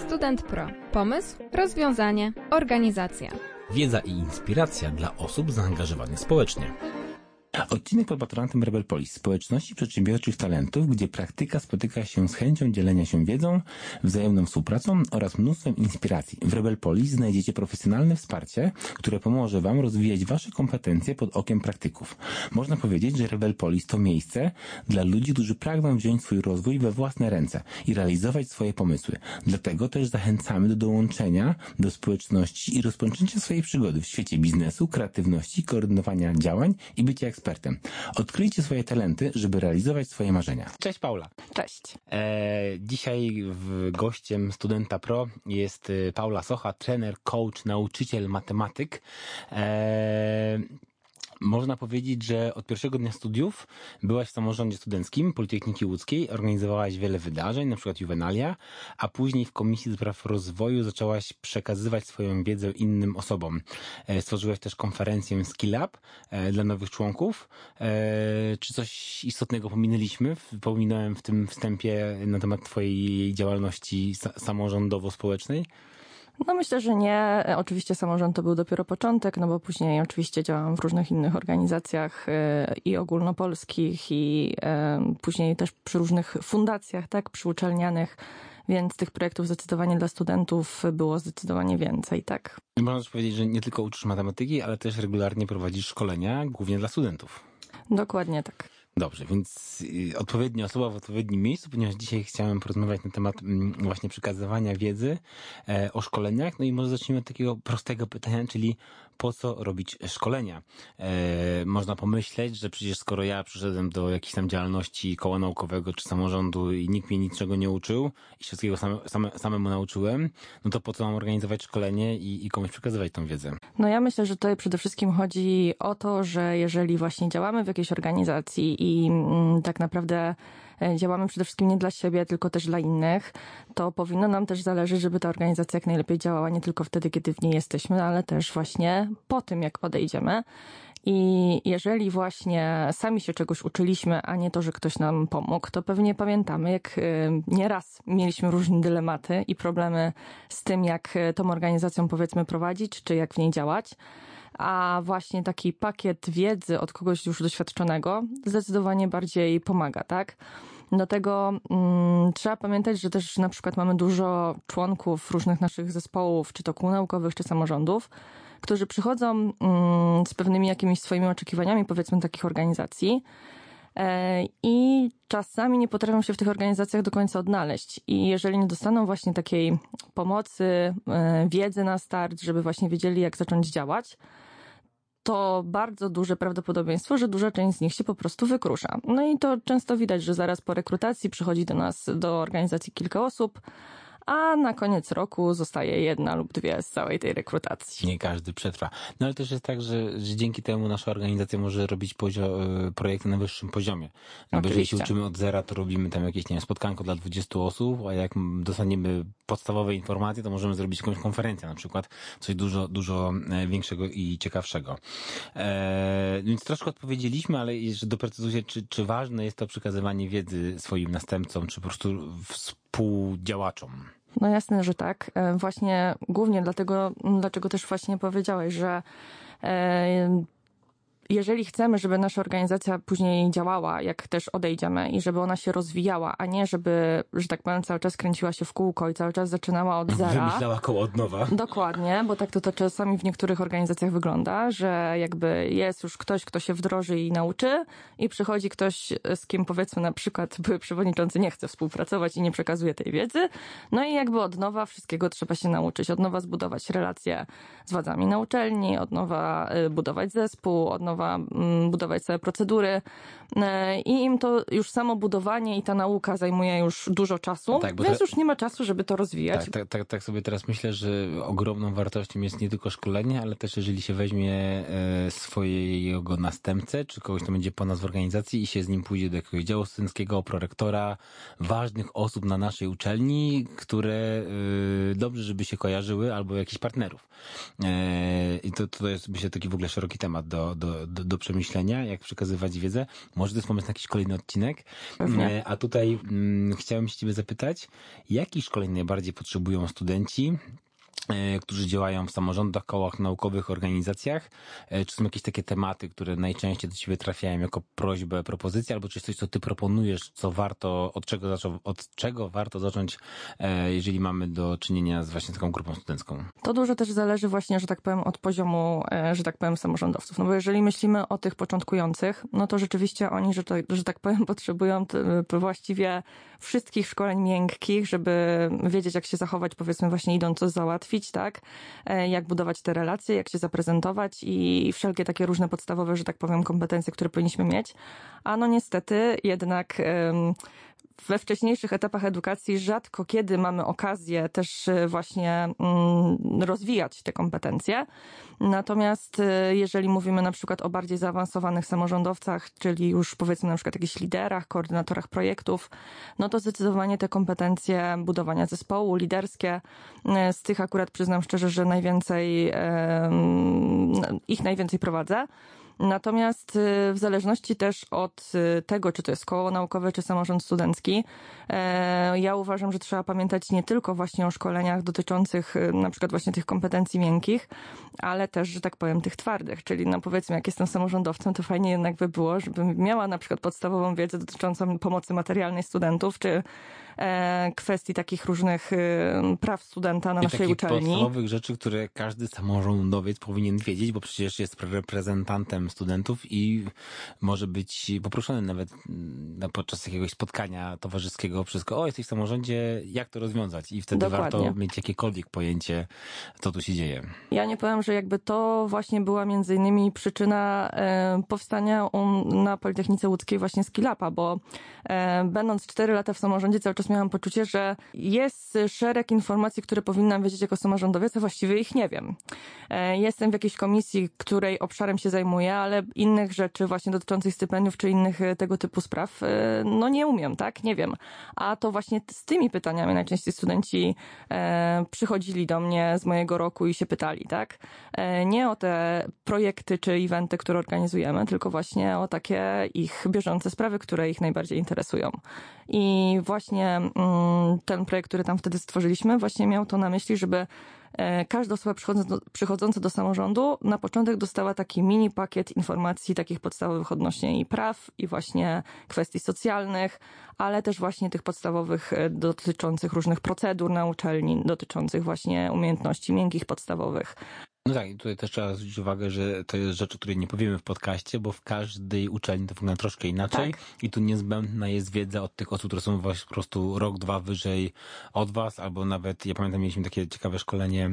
Student Pro. Pomysł, rozwiązanie, organizacja. Wiedza i inspiracja dla osób zaangażowanych społecznie. Odcinek pod patronatem Rebel Polis, społeczności przedsiębiorczych talentów, gdzie praktyka spotyka się z chęcią dzielenia się wiedzą, wzajemną współpracą oraz mnóstwem inspiracji. W Rebel Polis znajdziecie profesjonalne wsparcie, które pomoże Wam rozwijać Wasze kompetencje pod okiem praktyków. Można powiedzieć, że Rebel Polis to miejsce dla ludzi, którzy pragną wziąć swój rozwój we własne ręce i realizować swoje pomysły. Dlatego też zachęcamy do dołączenia do społeczności i rozpoczęcia swojej przygody w świecie biznesu, kreatywności, koordynowania działań i bycia ekspertem. Odkryjcie swoje talenty, żeby realizować swoje marzenia. Cześć Paula. Cześć. Dzisiaj gościem Studenta Pro jest Paula Socha, trener, coach, nauczyciel, matematyk. Można powiedzieć, że od pierwszego dnia studiów byłaś w samorządzie studenckim Politechniki Łódzkiej, organizowałaś wiele wydarzeń, na przykład Juvenalia, a później w Komisji do Spraw Rozwoju zaczęłaś przekazywać swoją wiedzę innym osobom. Stworzyłaś też konferencję Skill Up dla nowych członków. Czy coś istotnego pominąłem w tym wstępie na temat twojej działalności samorządowo-społecznej? No myślę, że nie. Oczywiście samorząd to był dopiero początek, no bo później oczywiście działałam w różnych innych organizacjach i ogólnopolskich i później też przy różnych fundacjach, tak, przyuczelnianych, więc tych projektów zdecydowanie dla studentów było zdecydowanie więcej, tak. I można też powiedzieć, że nie tylko uczysz matematyki, ale też regularnie prowadzisz szkolenia, głównie dla studentów. Dokładnie tak. Dobrze, więc odpowiednia osoba w odpowiednim miejscu, ponieważ dzisiaj chciałem porozmawiać na temat właśnie przekazywania wiedzy o szkoleniach. No i może zacznijmy od takiego prostego pytania, czyli po co robić szkolenia? Można pomyśleć, że przecież skoro ja przyszedłem do jakiejś tam działalności koła naukowego czy samorządu i nikt mnie niczego nie uczył i wszystkiego samemu nauczyłem, no to po co mam organizować szkolenie i komuś przekazywać tą wiedzę? No ja myślę, że tutaj przede wszystkim chodzi o to, że jeżeli właśnie działamy w jakiejś organizacji i tak naprawdę działamy przede wszystkim nie dla siebie, tylko też dla innych, to powinno nam też zależeć, żeby ta organizacja jak najlepiej działała nie tylko wtedy, kiedy w niej jesteśmy, ale też właśnie po tym, jak odejdziemy. I jeżeli właśnie sami się czegoś uczyliśmy, a nie to, że ktoś nam pomógł, to pewnie pamiętamy, jak nieraz mieliśmy różne dylematy i problemy z tym, jak tą organizacją powiedzmy prowadzić, czy jak w niej działać. A właśnie taki pakiet wiedzy od kogoś już doświadczonego zdecydowanie bardziej pomaga, tak? Do tego trzeba pamiętać, że też na przykład mamy dużo członków różnych naszych zespołów, czy to kół naukowych, czy samorządów, którzy przychodzą z pewnymi jakimiś swoimi oczekiwaniami, powiedzmy, takich organizacji i czasami nie potrafią się w tych organizacjach do końca odnaleźć. I jeżeli nie dostaną właśnie takiej pomocy, wiedzy na start, żeby właśnie wiedzieli, jak zacząć działać, to bardzo duże prawdopodobieństwo, że duża część z nich się po prostu wykrusza. No i to często widać, że zaraz po rekrutacji przychodzi do nas, do organizacji kilka osób, a na koniec roku zostaje 1 lub 2 z całej tej rekrutacji. Nie każdy przetrwa. No ale też jest tak, że dzięki temu nasza organizacja może robić projekty na wyższym poziomie. No bo jeżeli się uczymy od zera, to robimy tam jakieś, nie wiem, spotkanko dla 20 osób, a jak dostaniemy podstawowe informacje, to możemy zrobić jakąś konferencję na przykład. Coś dużo większego i ciekawszego. Więc troszkę odpowiedzieliśmy, ale jeszcze doprecyzuję, czy ważne jest to przekazywanie wiedzy swoim następcom, czy po prostu współdziałaczom? No jasne, że tak. Właśnie głównie dlaczego też właśnie powiedziałeś, że jeżeli chcemy, żeby nasza organizacja później działała, jak też odejdziemy i żeby ona się rozwijała, a nie żeby, że tak powiem, cały czas kręciła się w kółko i cały czas zaczynała od zera. Wymyślała koło od nowa. Dokładnie, bo tak to czasami w niektórych organizacjach wygląda, że jakby jest już ktoś, kto się wdroży i nauczy i przychodzi ktoś, z kim powiedzmy na przykład były przewodniczący nie chce współpracować i nie przekazuje tej wiedzy, no i jakby od nowa wszystkiego trzeba się nauczyć, od nowa zbudować relacje z władzami na uczelni, od nowa budować zespół, od nowa budować sobie procedury i im to już samo budowanie i ta nauka zajmuje już dużo czasu, tak, więc już nie ma czasu, żeby to rozwijać. Tak sobie teraz myślę, że ogromną wartością jest nie tylko szkolenie, ale też jeżeli się weźmie swojego następcę, czy kogoś, kto będzie po nas w organizacji i się z nim pójdzie do jakiegoś działu studenckiego, prorektora, ważnych osób na naszej uczelni, które dobrze, żeby się kojarzyły, albo jakichś partnerów. I to jest, myślę, taki w ogóle szeroki temat do przemyślenia, jak przekazywać wiedzę. Może to jest pomysł na jakiś kolejny odcinek. Pewnie. A tutaj chciałem się ciebie zapytać, jakich szkoleń najbardziej potrzebują studenci, którzy działają w samorządach, kołach naukowych, organizacjach? Czy są jakieś takie tematy, które najczęściej do ciebie trafiają jako prośbę, propozycję, albo czy jest coś, co ty proponujesz, co warto, od czego warto zacząć, jeżeli mamy do czynienia z właśnie taką grupą studencką? To dużo też zależy właśnie, że tak powiem, od poziomu, że tak powiem, samorządowców. No bo jeżeli myślimy o tych początkujących, no to rzeczywiście oni, że tak powiem, potrzebują właściwie wszystkich szkoleń miękkich, żeby wiedzieć, jak się zachować, powiedzmy właśnie idąc coś załatwić, tak? Jak budować te relacje, jak się zaprezentować i wszelkie takie różne podstawowe, że tak powiem, kompetencje, które powinniśmy mieć. A no niestety jednak we wcześniejszych etapach edukacji rzadko kiedy mamy okazję też właśnie rozwijać te kompetencje. Natomiast jeżeli mówimy na przykład o bardziej zaawansowanych samorządowcach, czyli już powiedzmy na przykład jakichś liderach, koordynatorach projektów, no to zdecydowanie te kompetencje budowania zespołu, liderskie, z tych akurat przyznam szczerze, że ich najwięcej prowadzę. Natomiast w zależności też od tego, czy to jest koło naukowe, czy samorząd studencki, ja uważam, że trzeba pamiętać nie tylko właśnie o szkoleniach dotyczących na przykład właśnie tych kompetencji miękkich, ale też, że tak powiem, tych twardych. Czyli no powiedzmy, jak jestem samorządowcem, to fajnie jednak by było, żebym miała na przykład podstawową wiedzę dotyczącą pomocy materialnej studentów, czy kwestii takich różnych praw studenta na naszej uczelni. Podstawowych rzeczy, które każdy samorządowiec powinien wiedzieć, bo przecież jest reprezentantem studentów i może być poproszony nawet podczas jakiegoś spotkania towarzyskiego przez jesteś w samorządzie, jak to rozwiązać? I wtedy Dokładnie. warto mieć jakiekolwiek pojęcie, co tu się dzieje. Ja nie powiem, że jakby to właśnie była między innymi przyczyna powstania na Politechnice Łódzkiej właśnie Skill-Upa, bo będąc 4 lata w samorządzie cały czas miałam poczucie, że jest szereg informacji, które powinnam wiedzieć jako samorządowiec, a właściwie ich nie wiem. Jestem w jakiejś komisji, której obszarem się zajmuję, ale innych rzeczy właśnie dotyczących stypendiów czy innych tego typu spraw, no nie umiem, tak? Nie wiem. A to właśnie z tymi pytaniami najczęściej studenci przychodzili do mnie z mojego roku i się pytali, tak? Nie o te projekty czy eventy, które organizujemy, tylko właśnie o takie ich bieżące sprawy, które ich najbardziej interesują. I właśnie ten projekt, który tam wtedy stworzyliśmy, właśnie miał to na myśli, żeby każda osoba przychodząca do samorządu na początek dostała taki mini pakiet informacji takich podstawowych odnośnie jej praw i właśnie kwestii socjalnych, ale też właśnie tych podstawowych dotyczących różnych procedur na uczelni, dotyczących właśnie umiejętności miękkich, podstawowych. No tak, i tutaj też trzeba zwrócić uwagę, że to jest rzecz, o której nie powiemy w podcaście, bo w każdej uczelni to wygląda troszkę inaczej. Tak. I tu niezbędna jest wiedza od tych osób, które są właśnie po prostu rok, 2 wyżej od was, albo nawet, ja pamiętam, mieliśmy takie ciekawe szkolenie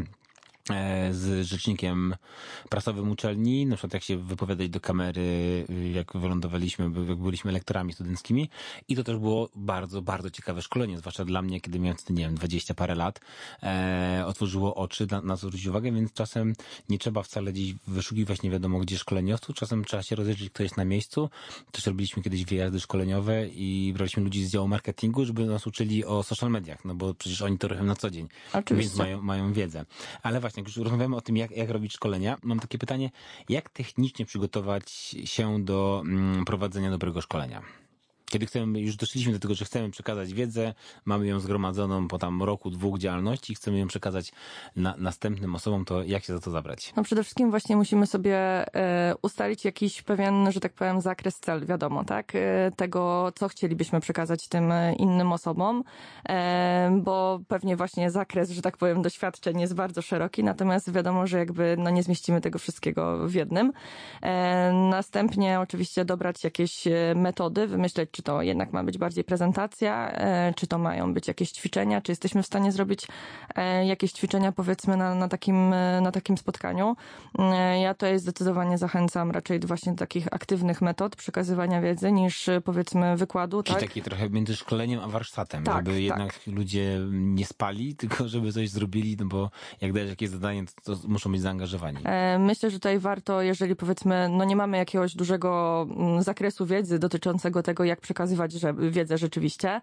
z rzecznikiem prasowym uczelni, na przykład jak się wypowiadać do kamery, jak wylądowaliśmy, jak byliśmy lektorami studenckimi i to też było bardzo, bardzo ciekawe szkolenie, zwłaszcza dla mnie, kiedy miałem, nie wiem, 20 parę lat, otworzyło oczy, na co zwrócić uwagę, więc czasem nie trzeba wcale gdzieś wyszukiwać nie wiadomo gdzie szkoleniowców, czasem trzeba się rozejrzeć, kto jest na miejscu. Też robiliśmy kiedyś wyjazdy szkoleniowe i braliśmy ludzi z działu marketingu, żeby nas uczyli o social mediach, no bo przecież oni to robią na co dzień, Oczywiście. Więc mają wiedzę. Ale właśnie, jak już rozmawiamy o tym, jak robić szkolenia, mam takie pytanie, jak technicznie przygotować się do prowadzenia dobrego szkolenia? Kiedy już doszliśmy do tego, że chcemy przekazać wiedzę, mamy ją zgromadzoną po tam roku, 2 działalności, chcemy ją przekazać następnym osobom, to jak się za to zabrać? No przede wszystkim właśnie musimy sobie ustalić jakiś pewien, że tak powiem, zakres, cel, wiadomo, tak? Tego, co chcielibyśmy przekazać tym innym osobom, bo pewnie właśnie zakres, że tak powiem, doświadczeń jest bardzo szeroki, natomiast wiadomo, że jakby nie zmieścimy tego wszystkiego w jednym. Następnie oczywiście dobrać jakieś metody, wymyśleć, czy to jednak ma być bardziej prezentacja, czy to mają być jakieś ćwiczenia, czy jesteśmy w stanie zrobić jakieś ćwiczenia, powiedzmy, na takim spotkaniu. Ja tutaj zdecydowanie zachęcam raczej do właśnie takich aktywnych metod przekazywania wiedzy niż, powiedzmy, wykładu. Czyli tak? taki trochę między szkoleniem a warsztatem, tak, żeby jednak ludzie nie spali, tylko żeby coś zrobili, no bo jak dajesz jakieś zadanie, to muszą być zaangażowani. Myślę, że tutaj warto, jeżeli powiedzmy, nie mamy jakiegoś dużego zakresu wiedzy dotyczącego tego, jak przekazywać wiedzę rzeczywiście,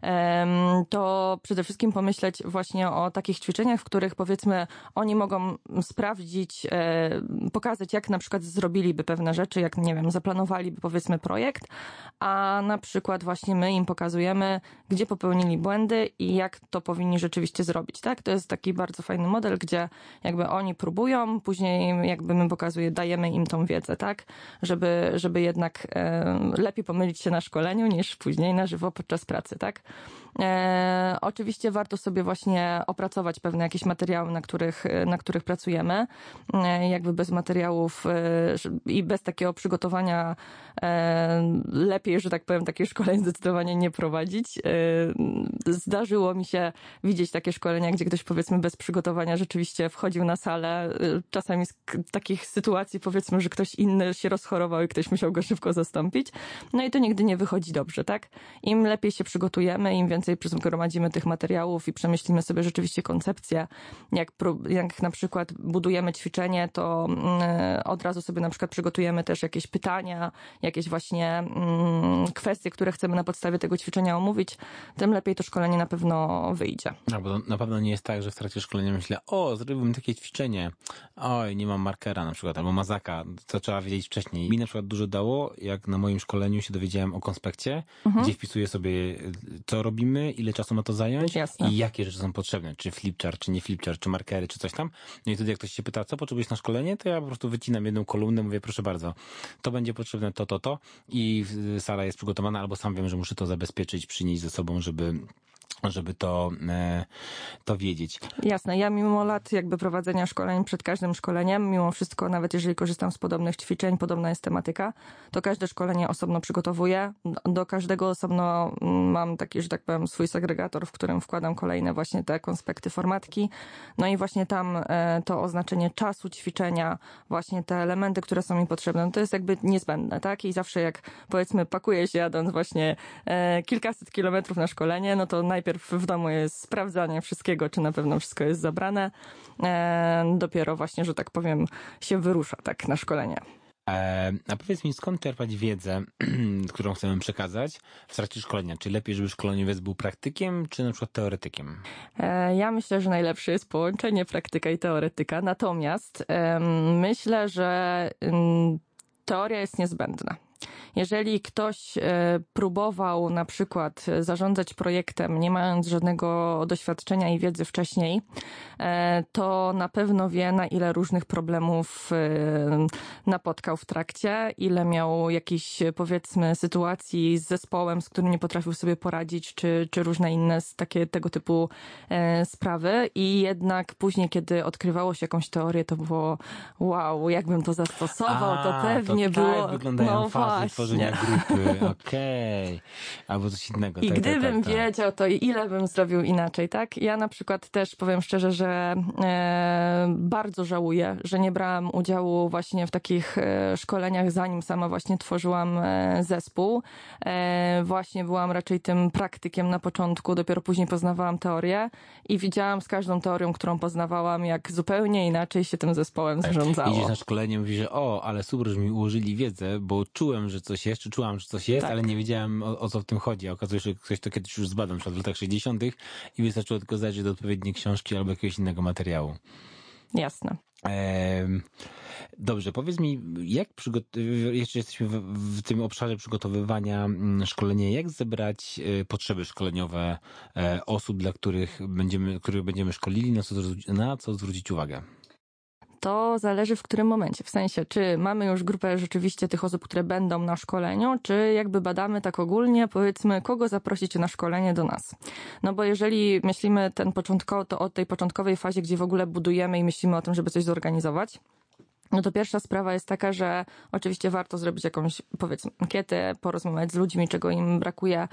to przede wszystkim pomyśleć właśnie o takich ćwiczeniach, w których powiedzmy oni mogą sprawdzić, pokazać jak na przykład zrobiliby pewne rzeczy, jak nie wiem, zaplanowaliby powiedzmy projekt, a na przykład właśnie my im pokazujemy, gdzie popełnili błędy i jak to powinni rzeczywiście zrobić, tak? To jest taki bardzo fajny model, gdzie jakby oni próbują, później jakby my dajemy im tą wiedzę, tak? Żeby jednak lepiej pomylić się na szkoleniu niż później na żywo podczas pracy, tak? Oczywiście warto sobie właśnie opracować pewne jakieś materiały, na których pracujemy. Jakby bez materiałów i bez takiego przygotowania lepiej, że tak powiem, takie szkoleń zdecydowanie nie prowadzić. Zdarzyło mi się widzieć takie szkolenia, gdzie ktoś powiedzmy bez przygotowania rzeczywiście wchodził na salę. Czasami z takich sytuacji powiedzmy, że ktoś inny się rozchorował i ktoś musiał go szybko zastąpić. No i to nigdy nie wychodzi dobrze, tak? Im lepiej się przygotujemy, im więcej zgromadzimy tych materiałów i przemyślimy sobie rzeczywiście koncepcję. Jak na przykład budujemy ćwiczenie, to od razu sobie na przykład przygotujemy też jakieś pytania, jakieś właśnie kwestie, które chcemy na podstawie tego ćwiczenia omówić, tym lepiej to szkolenie na pewno wyjdzie. No, bo na pewno nie jest tak, że w trakcie szkolenia myślę, zrobiłbym takie ćwiczenie, nie mam markera na przykład, albo mazaka, to trzeba wiedzieć wcześniej. Mi na przykład dużo dało, jak na moim szkoleniu się dowiedziałem o konspekcie, gdzie wpisuję sobie, co robimy, ile czasu ma to zająć. Jasne. I jakie rzeczy są potrzebne, czy flipchart, czy nie flipchart, czy markery, czy coś tam. No i wtedy jak ktoś się pyta, co potrzebujesz na szkolenie, to ja po prostu wycinam jedną kolumnę, mówię, proszę bardzo, to będzie potrzebne to i sala jest przygotowana, albo sam wiem, że muszę to zabezpieczyć, przynieść ze sobą, żeby to wiedzieć. Jasne. Ja mimo lat jakby prowadzenia szkoleń, przed każdym szkoleniem, mimo wszystko, nawet jeżeli korzystam z podobnych ćwiczeń, podobna jest tematyka, to każde szkolenie osobno przygotowuję. Do każdego osobno mam taki, że tak powiem, swój segregator, w którym wkładam kolejne właśnie te konspekty formatki. No i właśnie tam to oznaczenie czasu ćwiczenia, właśnie te elementy, które są mi potrzebne, no to jest jakby niezbędne, tak? I zawsze jak powiedzmy pakuję się jadąc właśnie kilkaset kilometrów na szkolenie, no to najpierw w domu jest sprawdzanie wszystkiego, czy na pewno wszystko jest zabrane. Dopiero właśnie, że tak powiem, się wyrusza tak na szkolenie. A powiedz mi, skąd czerpać wiedzę, którą chcemy przekazać w trakcie szkolenia? Czy lepiej, żeby szkoleniowiec był praktykiem, czy na przykład teoretykiem? Ja myślę, że najlepsze jest połączenie praktyka i teoretyka. Natomiast myślę, że teoria jest niezbędna. Jeżeli ktoś próbował na przykład zarządzać projektem, nie mając żadnego doświadczenia i wiedzy wcześniej, to na pewno wie, na ile różnych problemów napotkał w trakcie, ile miał jakichś, powiedzmy, sytuacji z zespołem, z którym nie potrafił sobie poradzić, czy różne inne tego typu sprawy. I jednak później, kiedy odkrywało się jakąś teorię, to było wow, jakbym to zastosował, to pewnie to było... Tak wyglądają fazy tworzenia grupy, okej. Albo coś innego. I gdybym wiedział, to ile bym zrobił inaczej, tak? Ja na przykład też powiem szczerze, że bardzo żałuję, że nie brałam udziału właśnie w takich szkoleniach, zanim sama właśnie tworzyłam zespół. Właśnie byłam raczej tym praktykiem na początku, dopiero później poznawałam teorię i widziałam z każdą teorią, którą poznawałam, jak zupełnie inaczej się tym zespołem zarządzało. Idziesz na szkolenie i mówisz, że ale super, że mi ułożyli wiedzę, bo czułem, że coś jest, czy czułam, że coś jest, tak. Ale nie wiedziałem o co w tym chodzi. A okazuje się, że ktoś to kiedyś już zbadał, w latach 60. i wystarczyło tylko zajrzeć do odpowiedniej książki albo jakiegoś innego materiału. Jasne. Dobrze, powiedz mi, jeszcze jesteśmy w tym obszarze przygotowywania szkolenia, jak zebrać potrzeby szkoleniowe osób, dla których będziemy szkolili, na co zwrócić uwagę? To zależy w którym momencie, w sensie, czy mamy już grupę rzeczywiście tych osób, które będą na szkoleniu, czy jakby badamy tak ogólnie, powiedzmy, kogo zaprosić na szkolenie do nas. No bo jeżeli myślimy to o tej początkowej fazie, gdzie w ogóle budujemy i myślimy o tym, żeby coś zorganizować, no to pierwsza sprawa jest taka, że oczywiście warto zrobić jakąś, powiedzmy, ankietę, porozmawiać z ludźmi, czego im brakuje,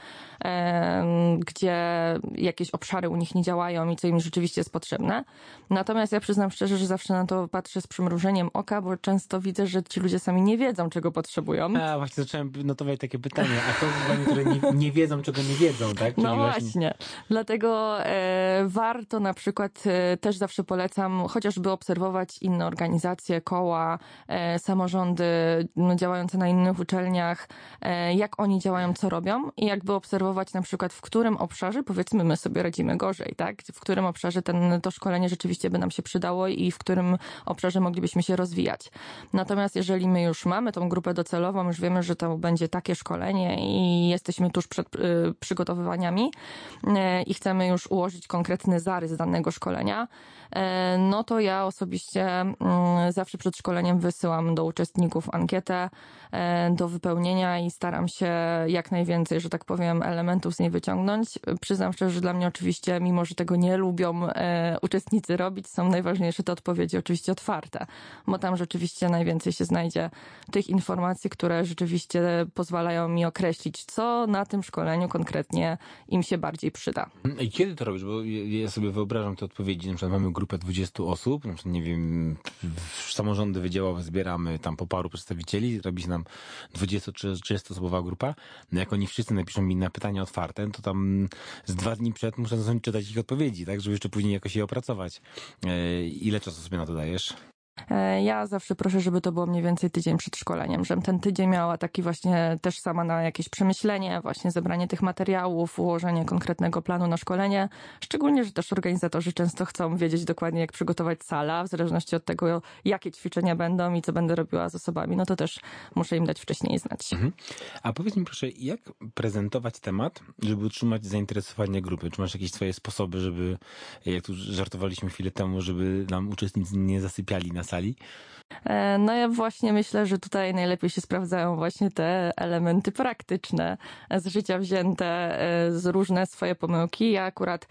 gdzie jakieś obszary u nich nie działają i co im rzeczywiście jest potrzebne. Natomiast ja przyznam szczerze, że zawsze na to patrzę z przymrużeniem oka, bo często widzę, że ci ludzie sami nie wiedzą, czego potrzebują. Właśnie zacząłem notować takie pytanie, a to są które nie wiedzą, czego nie wiedzą, tak? Czyli no właśnie. Dlatego warto na przykład, też zawsze polecam, chociażby obserwować inne organizacje, koła, szkoła, samorządy działające na innych uczelniach, jak oni działają, co robią i jakby obserwować na przykład, w którym obszarze, powiedzmy, my sobie radzimy gorzej, tak? W którym obszarze to szkolenie rzeczywiście by nam się przydało i w którym obszarze moglibyśmy się rozwijać. Natomiast jeżeli my już mamy tą grupę docelową, już wiemy, że to będzie takie szkolenie i jesteśmy tuż przed przygotowywaniami i chcemy już ułożyć konkretny zarys danego szkolenia, no to ja osobiście zawsze przed szkoleniem wysyłam do uczestników ankietę do wypełnienia i staram się jak najwięcej, że tak powiem, elementów z niej wyciągnąć. Przyznam szczerze, że dla mnie oczywiście, mimo że tego nie lubią uczestnicy robić, są najważniejsze te odpowiedzi oczywiście otwarte, bo tam rzeczywiście najwięcej się znajdzie tych informacji, które rzeczywiście pozwalają mi określić, co na tym szkoleniu konkretnie im się bardziej przyda. I kiedy to robisz? Bo ja sobie wyobrażam te odpowiedzi, na przykład mamy grupę 20 osób, na przykład, nie wiem, samorządy wydziałowe zbieramy tam po paru przedstawicieli, robi się nam 20 czy 30 osobowa grupa. No jak oni wszyscy napiszą mi na pytania otwarte, to tam z 2 dni przed muszę zacząć czytać ich odpowiedzi, tak, żeby jeszcze później jakoś je opracować. Ile czasu sobie na to dajesz? Ja zawsze proszę, żeby to było mniej więcej tydzień przed szkoleniem, żebym ten tydzień miała taki właśnie też sama na jakieś przemyślenie, właśnie zebranie tych materiałów, ułożenie konkretnego planu na szkolenie. Szczególnie, że też organizatorzy często chcą wiedzieć dokładnie, jak przygotować salę, w zależności od tego, jakie ćwiczenia będą i co będę robiła z osobami, no to też muszę im dać wcześniej znać. Mhm. A powiedz mi proszę, jak prezentować temat, żeby utrzymać zainteresowanie grupy? Czy masz jakieś swoje sposoby, żeby, jak tu żartowaliśmy chwilę temu, żeby nam uczestnicy nie zasypiali na sali? No ja właśnie myślę, że tutaj najlepiej się sprawdzają właśnie te elementy praktyczne z życia wzięte, z różne swoje pomyłki. Ja akurat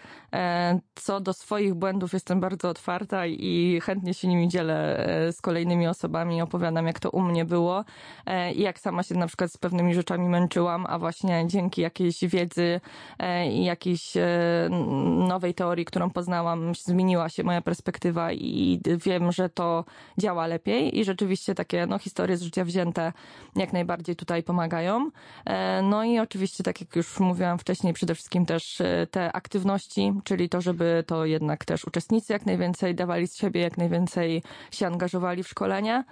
co do swoich błędów jestem bardzo otwarta i chętnie się nimi dzielę z kolejnymi osobami, opowiadam, jak to u mnie było i jak sama się na przykład z pewnymi rzeczami męczyłam, a właśnie dzięki jakiejś wiedzy i jakiejś nowej teorii, którą poznałam, zmieniła się moja perspektywa i wiem, że to działa lepiej i rzeczywiście takie historie z życia wzięte jak najbardziej tutaj pomagają. No i oczywiście, tak jak już mówiłam wcześniej, przede wszystkim też te aktywności, czyli to, żeby to jednak też uczestnicy jak najwięcej dawali z siebie, jak najwięcej się angażowali w szkolenie.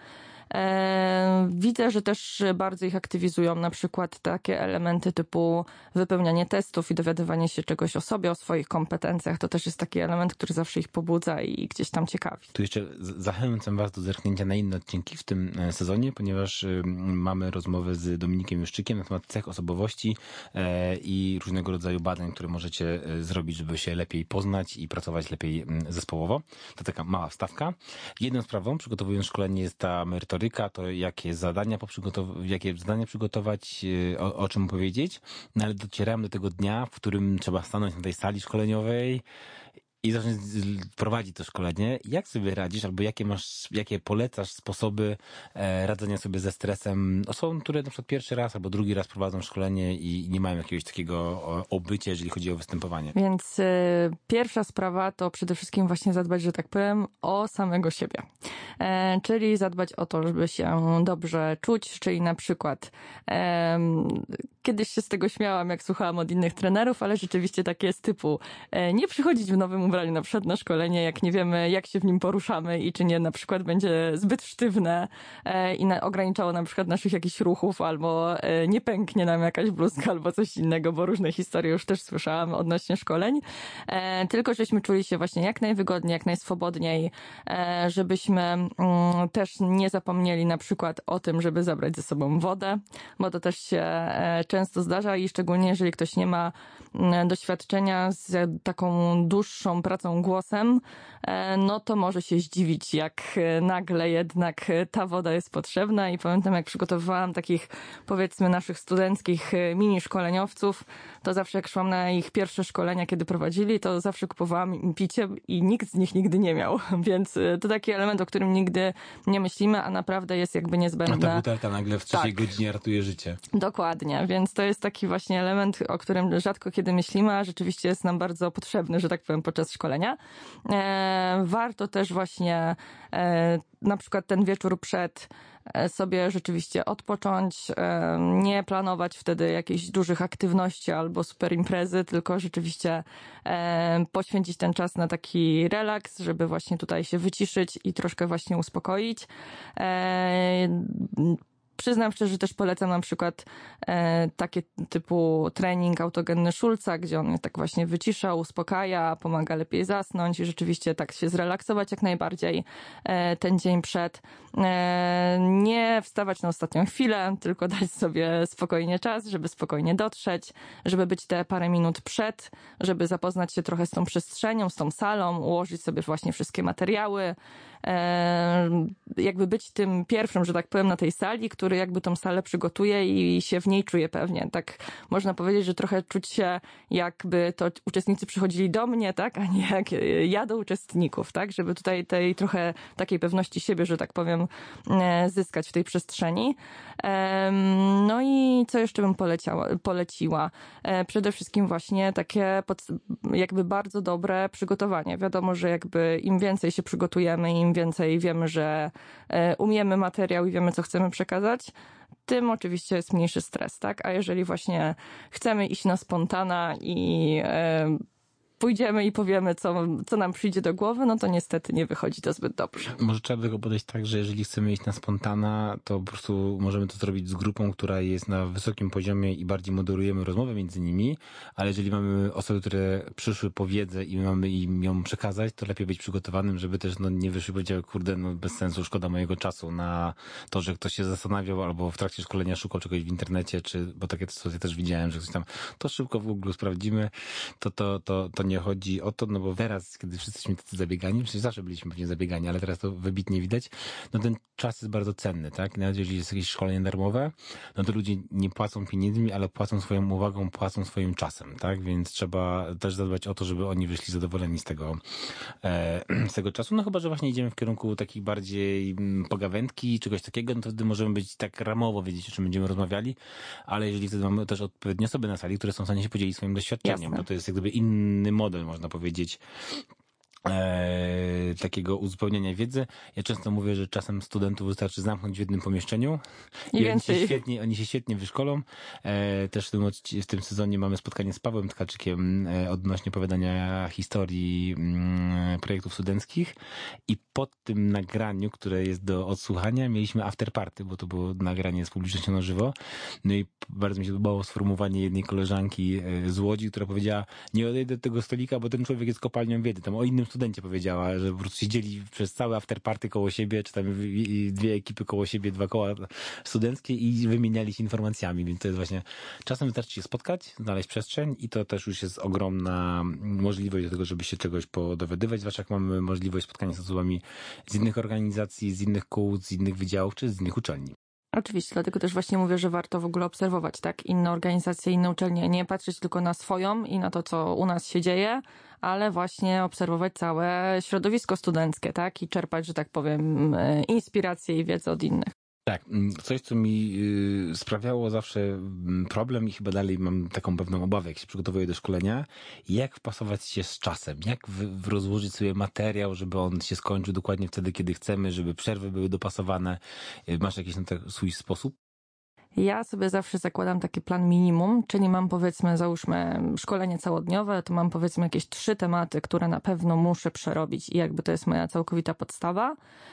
Widzę, że też bardzo ich aktywizują na przykład takie elementy typu wypełnianie testów i dowiadywanie się czegoś o sobie, o swoich kompetencjach. To też jest taki element, który zawsze ich pobudza i gdzieś tam ciekawi. Tu jeszcze zachęcam Was do zerknięcia na inne odcinki w tym sezonie, ponieważ mamy rozmowę z Dominikiem Juszczykiem na temat cech osobowości i różnego rodzaju badań, które możecie zrobić, żeby się lepiej poznać i pracować lepiej zespołowo. To taka mała wstawka. Jedną sprawą, przygotowując szkolenie, jest ta merytoryka, to jakie zadania przygotować, o czym powiedzieć, no ale docierałem do tego dnia, w którym trzeba stanąć na tej sali szkoleniowej i zacząć prowadzić to szkolenie. Jak sobie radzisz, albo jakie polecasz sposoby radzenia sobie ze stresem osobom, które na przykład pierwszy raz albo drugi raz prowadzą szkolenie i nie mają jakiegoś takiego obycia, jeżeli chodzi o występowanie? Więc pierwsza sprawa to przede wszystkim właśnie zadbać, że tak powiem, o samego siebie. Czyli zadbać o to, żeby się dobrze czuć, czyli na przykład kiedyś się z tego śmiałam, jak słuchałam od innych trenerów, ale rzeczywiście tak jest typu nie przychodzić w nowym ubraniu na przykład na szkolenie, jak nie wiemy, jak się w nim poruszamy i czy nie na przykład będzie zbyt sztywne i ograniczało na przykład naszych jakichś ruchów, albo nie pęknie nam jakaś bluzka albo coś innego, bo różne historie już też słyszałam odnośnie szkoleń. Tylko żeśmy czuli się właśnie jak najwygodniej, jak najswobodniej, żebyśmy też nie zapomnieli na przykład o tym, żeby zabrać ze sobą wodę, bo to też się często zdarza i szczególnie jeżeli ktoś nie ma doświadczenia z taką dłuższą pracą głosem, no to może się zdziwić, jak nagle jednak ta woda jest potrzebna i pamiętam, jak przygotowywałam takich, powiedzmy, naszych studenckich mini szkoleniowców, to zawsze jak szłam na ich pierwsze szkolenia, kiedy prowadzili, to zawsze kupowałam im picie i nikt z nich nigdy nie miał, więc to taki element, o którym nigdy nie myślimy, a naprawdę jest jakby niezbędne. A ta butelka nagle w trzeciej godzinie ratuje życie. Dokładnie, więc to jest taki właśnie element, o którym rzadko kiedy myślimy, a rzeczywiście jest nam bardzo potrzebny, że tak powiem, podczas szkolenia. Warto też właśnie na przykład ten wieczór przed sobie rzeczywiście odpocząć, nie planować wtedy jakichś dużych aktywności albo super imprezy, tylko rzeczywiście poświęcić ten czas na taki relaks, żeby właśnie tutaj się wyciszyć i troszkę właśnie uspokoić. Przyznam szczerze, że też polecam na przykład takie typu trening autogenny Schulza, gdzie on tak właśnie wycisza, uspokaja, pomaga lepiej zasnąć i rzeczywiście tak się zrelaksować jak najbardziej ten dzień przed. Nie wstawać na ostatnią chwilę, tylko dać sobie spokojnie czas, żeby spokojnie dotrzeć, żeby być te parę minut przed, żeby zapoznać się trochę z tą przestrzenią, z tą salą, ułożyć sobie właśnie wszystkie materiały, jakby być tym pierwszym, że tak powiem, na tej sali, który jakby tą salę przygotuje i się w niej czuje pewnie. Tak można powiedzieć, że trochę czuć się, jakby to uczestnicy przychodzili do mnie, tak, a nie jak ja do uczestników, tak, żeby tutaj tej trochę takiej pewności siebie, że tak powiem, zyskać w tej przestrzeni. No i co jeszcze bym poleciła? Przede wszystkim właśnie takie jakby bardzo dobre przygotowanie. Wiadomo, że jakby im więcej się przygotujemy, im więcej wiemy, że umiemy materiał i wiemy, co chcemy przekazać, tym oczywiście jest mniejszy stres, tak? A jeżeli właśnie chcemy iść na spontana i pójdziemy i powiemy, co nam przyjdzie do głowy, no to niestety nie wychodzi to zbyt dobrze. Może trzeba do tego podejść tak, że jeżeli chcemy iść na spontana, to po prostu możemy to zrobić z grupą, która jest na wysokim poziomie i bardziej moderujemy rozmowę między nimi, ale jeżeli mamy osoby, które przyszły po wiedzę i mamy im ją przekazać, to lepiej być przygotowanym, żeby też nie wyszły i powiedziały, kurde, bez sensu, szkoda mojego czasu na to, że ktoś się zastanawiał albo w trakcie szkolenia szukał czegoś w internecie, bo takie sytuacje też widziałem, że ktoś tam, to szybko w Google sprawdzimy, to nie chodzi o to, no bo teraz, kiedy wszyscy jesteśmy tacy zabiegani, przecież zawsze byliśmy pewnie zabiegani, ale teraz to wybitnie widać, no ten czas jest bardzo cenny, tak? Nawet jeżeli jest jakieś szkolenie darmowe, no to ludzie nie płacą pieniędzmi, ale płacą swoją uwagą, płacą swoim czasem, tak? Więc trzeba też zadbać o to, żeby oni wyszli zadowoleni z tego czasu, no chyba, że właśnie idziemy w kierunku takich bardziej pogawędki, czegoś takiego, no to wtedy możemy być tak ramowo wiedzieć, o czym będziemy rozmawiali, ale jeżeli wtedy mamy też odpowiednie osoby na sali, które są w stanie się podzielić swoim doświadczeniem, Jasne. no to jest jak gdyby inny model, można powiedzieć, takiego uzupełnienia wiedzy. Ja często mówię, że czasem studentów wystarczy zamknąć w jednym pomieszczeniu i oni się świetnie wyszkolą. Też w tym sezonie mamy spotkanie z Pawłem Tkaczykiem odnośnie opowiadania historii projektów studenckich i po tym nagraniu, które jest do odsłuchania, mieliśmy after party, bo to było nagranie z publicznością na żywo. No i bardzo mi się podobało sformułowanie jednej koleżanki z Łodzi, która powiedziała, nie odejdę do tego stolika, bo ten człowiek jest kopalnią wiedzy. Tam o innym studencie powiedziała, że po prostu siedzieli przez całe afterparty koło siebie, czy tam dwie ekipy koło siebie, 2 koła studenckie i wymieniali się informacjami, więc to jest właśnie, czasem wystarczy się spotkać, znaleźć przestrzeń i to też już jest ogromna możliwość do tego, żeby się czegoś podowiadywać, zwłaszcza jak mamy możliwość spotkania z osobami z innych organizacji, z innych kół, z innych wydziałów, czy z innych uczelni. Oczywiście, dlatego też właśnie mówię, że warto w ogóle obserwować, tak, inne organizacje, inne uczelnie, nie patrzeć tylko na swoją i na to, co u nas się dzieje, ale właśnie obserwować całe środowisko studenckie, tak, i czerpać, że tak powiem, inspiracje i wiedzę od innych. Tak, coś, co mi sprawiało zawsze problem i chyba dalej mam taką pewną obawę, jak się przygotowuję do szkolenia, jak wpasować się z czasem, jak rozłożyć sobie materiał, żeby on się skończył dokładnie wtedy, kiedy chcemy, żeby przerwy były dopasowane. Masz jakiś na to swój sposób? Ja sobie zawsze zakładam taki plan minimum, czyli mam powiedzmy, załóżmy szkolenie całodniowe, to mam powiedzmy jakieś 3 tematy, które na pewno muszę przerobić i jakby to jest moja całkowita podstawa.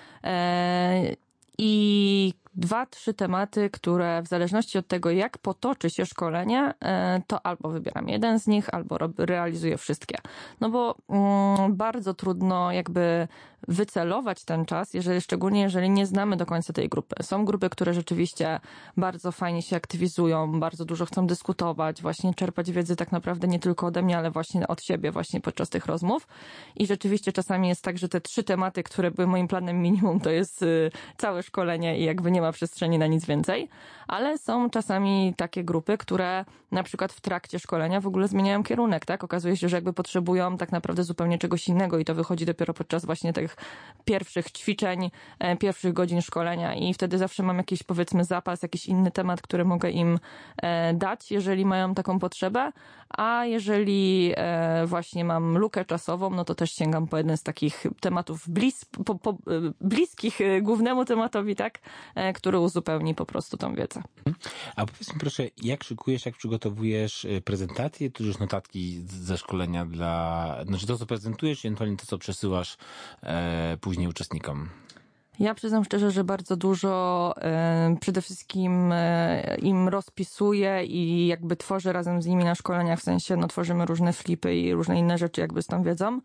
I 2-3 tematy, które w zależności od tego, jak potoczy się szkolenie, to albo wybieram jeden z nich, albo realizuję wszystkie. No bo bardzo trudno jakby wycelować ten czas, szczególnie jeżeli nie znamy do końca tej grupy. Są grupy, które rzeczywiście bardzo fajnie się aktywizują, bardzo dużo chcą dyskutować, właśnie czerpać wiedzy tak naprawdę nie tylko ode mnie, ale właśnie od siebie właśnie podczas tych rozmów. I rzeczywiście czasami jest tak, że te 3 tematy, które były moim planem minimum, to jest całe szkolenie i jakby nie ma przestrzeni na nic więcej. Ale są czasami takie grupy, które na przykład w trakcie szkolenia w ogóle zmieniają kierunek, tak? Okazuje się, że jakby potrzebują tak naprawdę zupełnie czegoś innego i to wychodzi dopiero podczas właśnie tych tych pierwszych ćwiczeń, pierwszych godzin szkolenia i wtedy zawsze mam jakiś, powiedzmy, zapas, jakiś inny temat, który mogę im dać, jeżeli mają taką potrzebę, a jeżeli właśnie mam lukę czasową, no to też sięgam po jeden z takich tematów bliskich głównemu tematowi, tak, który uzupełni po prostu tą wiedzę. A powiedz mi proszę, jak szykujesz, jak przygotowujesz prezentacje, czy już notatki ze szkolenia znaczy to, co prezentujesz, i ewentualnie to, co przesyłasz później uczestnikom? Ja przyznam szczerze, że bardzo dużo przede wszystkim im rozpisuję i jakby tworzę razem z nimi na szkoleniach, w sensie no tworzymy różne flipy i różne inne rzeczy jakby z tą wiedzą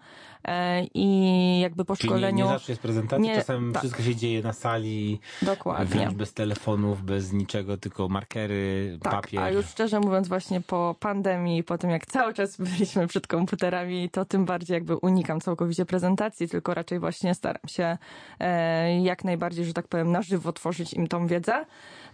i jakby po szkoleniu... Nie zawsze jest prezentacja, czasem tak. Wszystko się dzieje na sali, dokładnie. Wręcz bez telefonów, bez niczego, tylko markery, tak, papier. A już szczerze mówiąc właśnie po pandemii, po tym jak cały czas byliśmy przed komputerami, to tym bardziej jakby unikam całkowicie prezentacji, tylko raczej właśnie staram się jak najbardziej, że tak powiem, na żywo tworzyć im tą wiedzę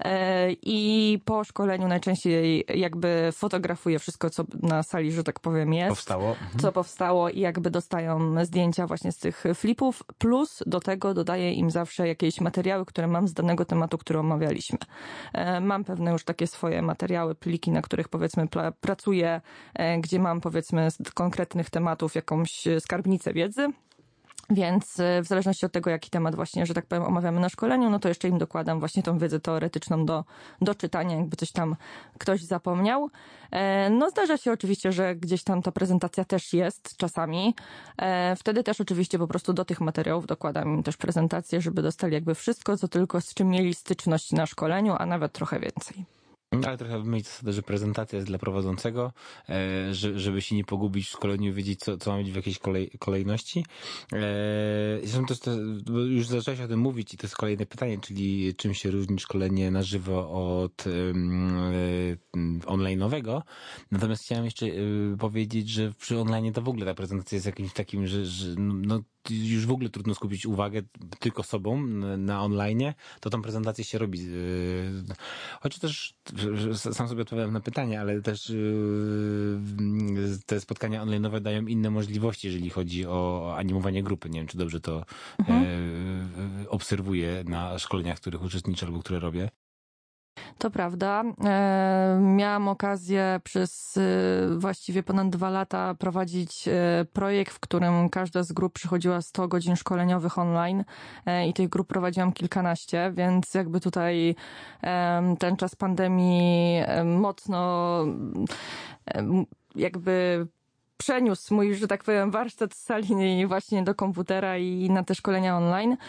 i po szkoleniu najczęściej jakby fotografuję wszystko, co na sali, że tak powiem, jest. Co powstało i jakby dostają zdjęcia właśnie z tych flipów, plus do tego dodaję im zawsze jakieś materiały, które mam z danego tematu, który omawialiśmy. Mam pewne już takie swoje materiały, pliki, na których powiedzmy pracuję, gdzie mam powiedzmy z konkretnych tematów jakąś skarbnicę wiedzy. Więc w zależności od tego, jaki temat właśnie, że tak powiem, omawiamy na szkoleniu, no to jeszcze im dokładam właśnie tą wiedzę teoretyczną do czytania, jakby coś tam ktoś zapomniał. No zdarza się oczywiście, że gdzieś tam ta prezentacja też jest czasami. Wtedy też oczywiście po prostu do tych materiałów dokładam im też prezentację, żeby dostali jakby wszystko, co tylko z czym mieli styczność na szkoleniu, a nawet trochę więcej. Ale trochę mieć zasadę, że prezentacja jest dla prowadzącego, żeby się nie pogubić w szkoleniu i wiedzieć, co ma być w jakiejś kolejności. Zresztą też już zacząłeś o tym mówić i to jest kolejne pytanie, czyli czym się różni szkolenie na żywo od online'owego. Natomiast chciałem jeszcze powiedzieć, że przy online to w ogóle ta prezentacja jest jakimś takim, że no już w ogóle trudno skupić uwagę tylko sobą na online, to tą prezentację się robi. Choć też sam sobie odpowiadam na pytanie, ale też te spotkania online'owe dają inne możliwości, jeżeli chodzi o animowanie grupy. Nie wiem, czy dobrze to obserwuję na szkoleniach, w których uczestniczę albo które robię. To prawda. Miałam okazję przez właściwie ponad 2 lata prowadzić projekt, w którym każda z grup przychodziła 100 godzin szkoleniowych online i tych grup prowadziłam kilkanaście, więc jakby tutaj ten czas pandemii mocno jakby przeniósł mój, że tak powiem, warsztat z sali właśnie do komputera i na te szkolenia online.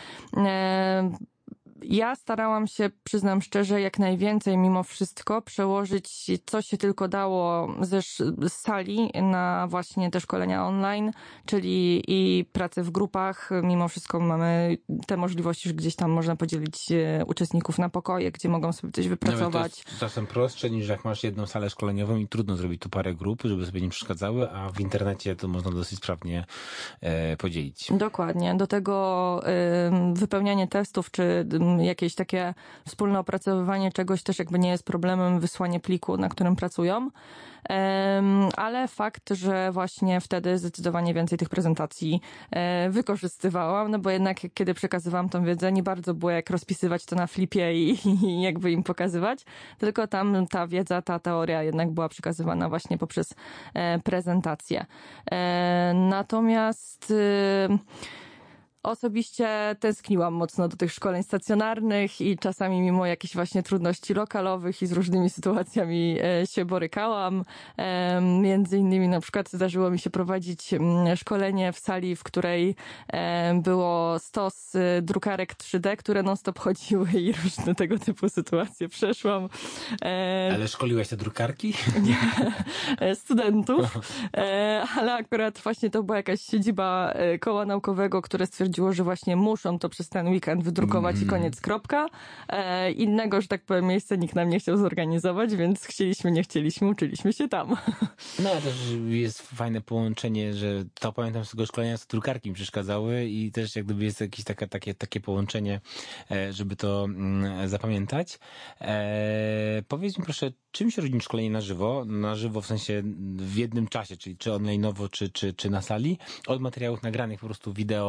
Ja starałam się, przyznam szczerze, jak najwięcej mimo wszystko przełożyć, co się tylko dało z sali na właśnie te szkolenia online, czyli i pracę w grupach. Mimo wszystko mamy te możliwości, że gdzieś tam można podzielić uczestników na pokoje, gdzie mogą sobie coś wypracować. Nawet to jest czasem prostsze niż jak masz jedną salę szkoleniową i trudno zrobić tu parę grup, żeby sobie nie przeszkadzały, a w internecie to można dosyć sprawnie podzielić. Dokładnie. Do tego wypełnianie testów, czy jakieś takie wspólne opracowywanie czegoś też jakby nie jest problemem, wysłanie pliku, na którym pracują. Ale fakt, że właśnie wtedy zdecydowanie więcej tych prezentacji wykorzystywałam, no bo jednak kiedy przekazywałam tą wiedzę, nie bardzo było jak rozpisywać to na flipie i jakby im pokazywać, tylko tam ta wiedza, ta teoria jednak była przekazywana właśnie poprzez prezentację. Natomiast osobiście tęskniłam mocno do tych szkoleń stacjonarnych i czasami mimo jakichś właśnie trudności lokalowych i z różnymi sytuacjami się borykałam. Między innymi na przykład zdarzyło mi się prowadzić szkolenie w sali, w której było stos drukarek 3D, które non-stop chodziły i różne tego typu sytuacje przeszłam. Ale szkoliłaś te drukarki? Studentów. Ale akurat właśnie to była jakaś siedziba koła naukowego, które stwierdziło, że właśnie muszą to przez ten weekend wydrukować i koniec, kropka. Innego, że tak powiem, miejsca nikt nam nie chciał zorganizować, więc chcieliśmy, nie chcieliśmy, uczyliśmy się tam. No, też jest fajne połączenie, że to pamiętam z tego szkolenia, co drukarki mi przeszkadzały i też jak gdyby jest jakieś takie połączenie, żeby to zapamiętać. Powiedz mi proszę, czym się różni szkolenie na żywo? Na żywo w sensie w jednym czasie, czyli czy online'owo, czy na sali, od materiałów nagranych po prostu wideo na zasadzie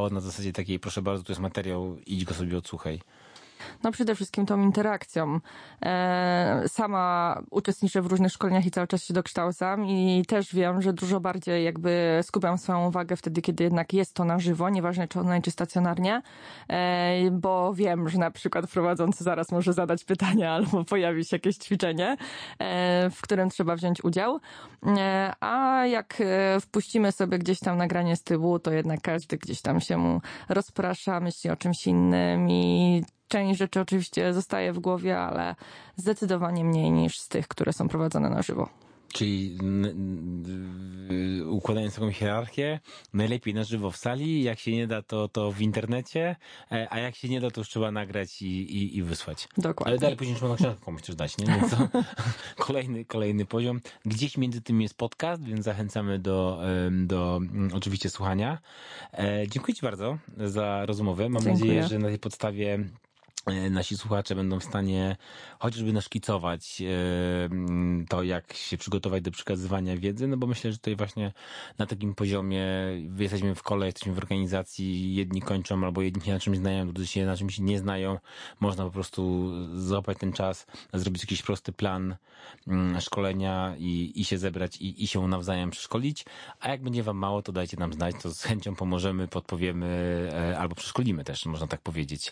zasadzie takiej, proszę bardzo, tu jest materiał, idź go sobie odsłuchaj? No przede wszystkim tą interakcją. Sama uczestniczę w różnych szkoleniach i cały czas się dokształcam i też wiem, że dużo bardziej jakby skupiam swoją uwagę wtedy, kiedy jednak jest to na żywo, nieważne czy online, czy stacjonarnie, bo wiem, że na przykład prowadzący zaraz może zadać pytania albo pojawi się jakieś ćwiczenie, w którym trzeba wziąć udział. A jak wpuścimy sobie gdzieś tam nagranie z tyłu, to jednak każdy gdzieś tam się mu rozprasza, myśli o czymś innym i część rzeczy oczywiście zostaje w głowie, ale zdecydowanie mniej niż z tych, które są prowadzone na żywo. Czyli układając taką hierarchię, najlepiej na żywo w sali, jak się nie da, to w internecie, a jak się nie da, to już trzeba nagrać i wysłać. Dokładnie. Ale dalej później trzeba na książkę komuś też dać, nie? Więc to kolejny poziom. Gdzieś między tym jest podcast, więc zachęcamy do oczywiście słuchania. Dziękuję Ci bardzo za rozmowę. Mam nadzieję, że na tej podstawie nasi słuchacze będą w stanie chociażby naszkicować to, jak się przygotować do przekazywania wiedzy, no bo myślę, że tutaj właśnie na takim poziomie jesteśmy w kole, jesteśmy w organizacji, jedni kończą albo jedni się na czymś znają, drudzy się na czymś nie znają. Można po prostu złapać ten czas, zrobić jakiś prosty plan szkolenia i się zebrać i się nawzajem przeszkolić, a jak będzie wam mało, to dajcie nam znać, to z chęcią pomożemy, podpowiemy albo przeszkolimy też, można tak powiedzieć.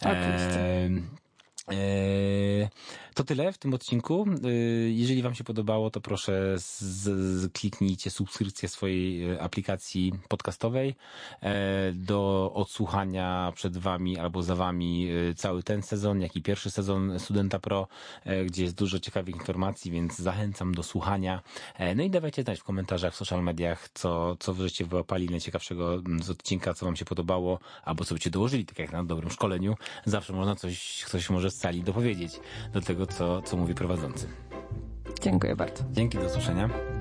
To tyle w tym odcinku. Jeżeli wam się podobało, to proszę kliknijcie subskrypcję swojej aplikacji podcastowej do odsłuchania przed wami albo za wami cały ten sezon, jak i pierwszy sezon Studenta Pro, gdzie jest dużo ciekawych informacji, więc zachęcam do słuchania. No i dawajcie znać w komentarzach w social mediach, co żeście wyłapali najciekawszego z odcinka, co wam się podobało, albo co byście dołożyli, tak jak na dobrym szkoleniu. Zawsze można ktoś może z sali dopowiedzieć do tego, co mówi prowadzący. Dziękuję bardzo. Dzięki, do usłyszenia.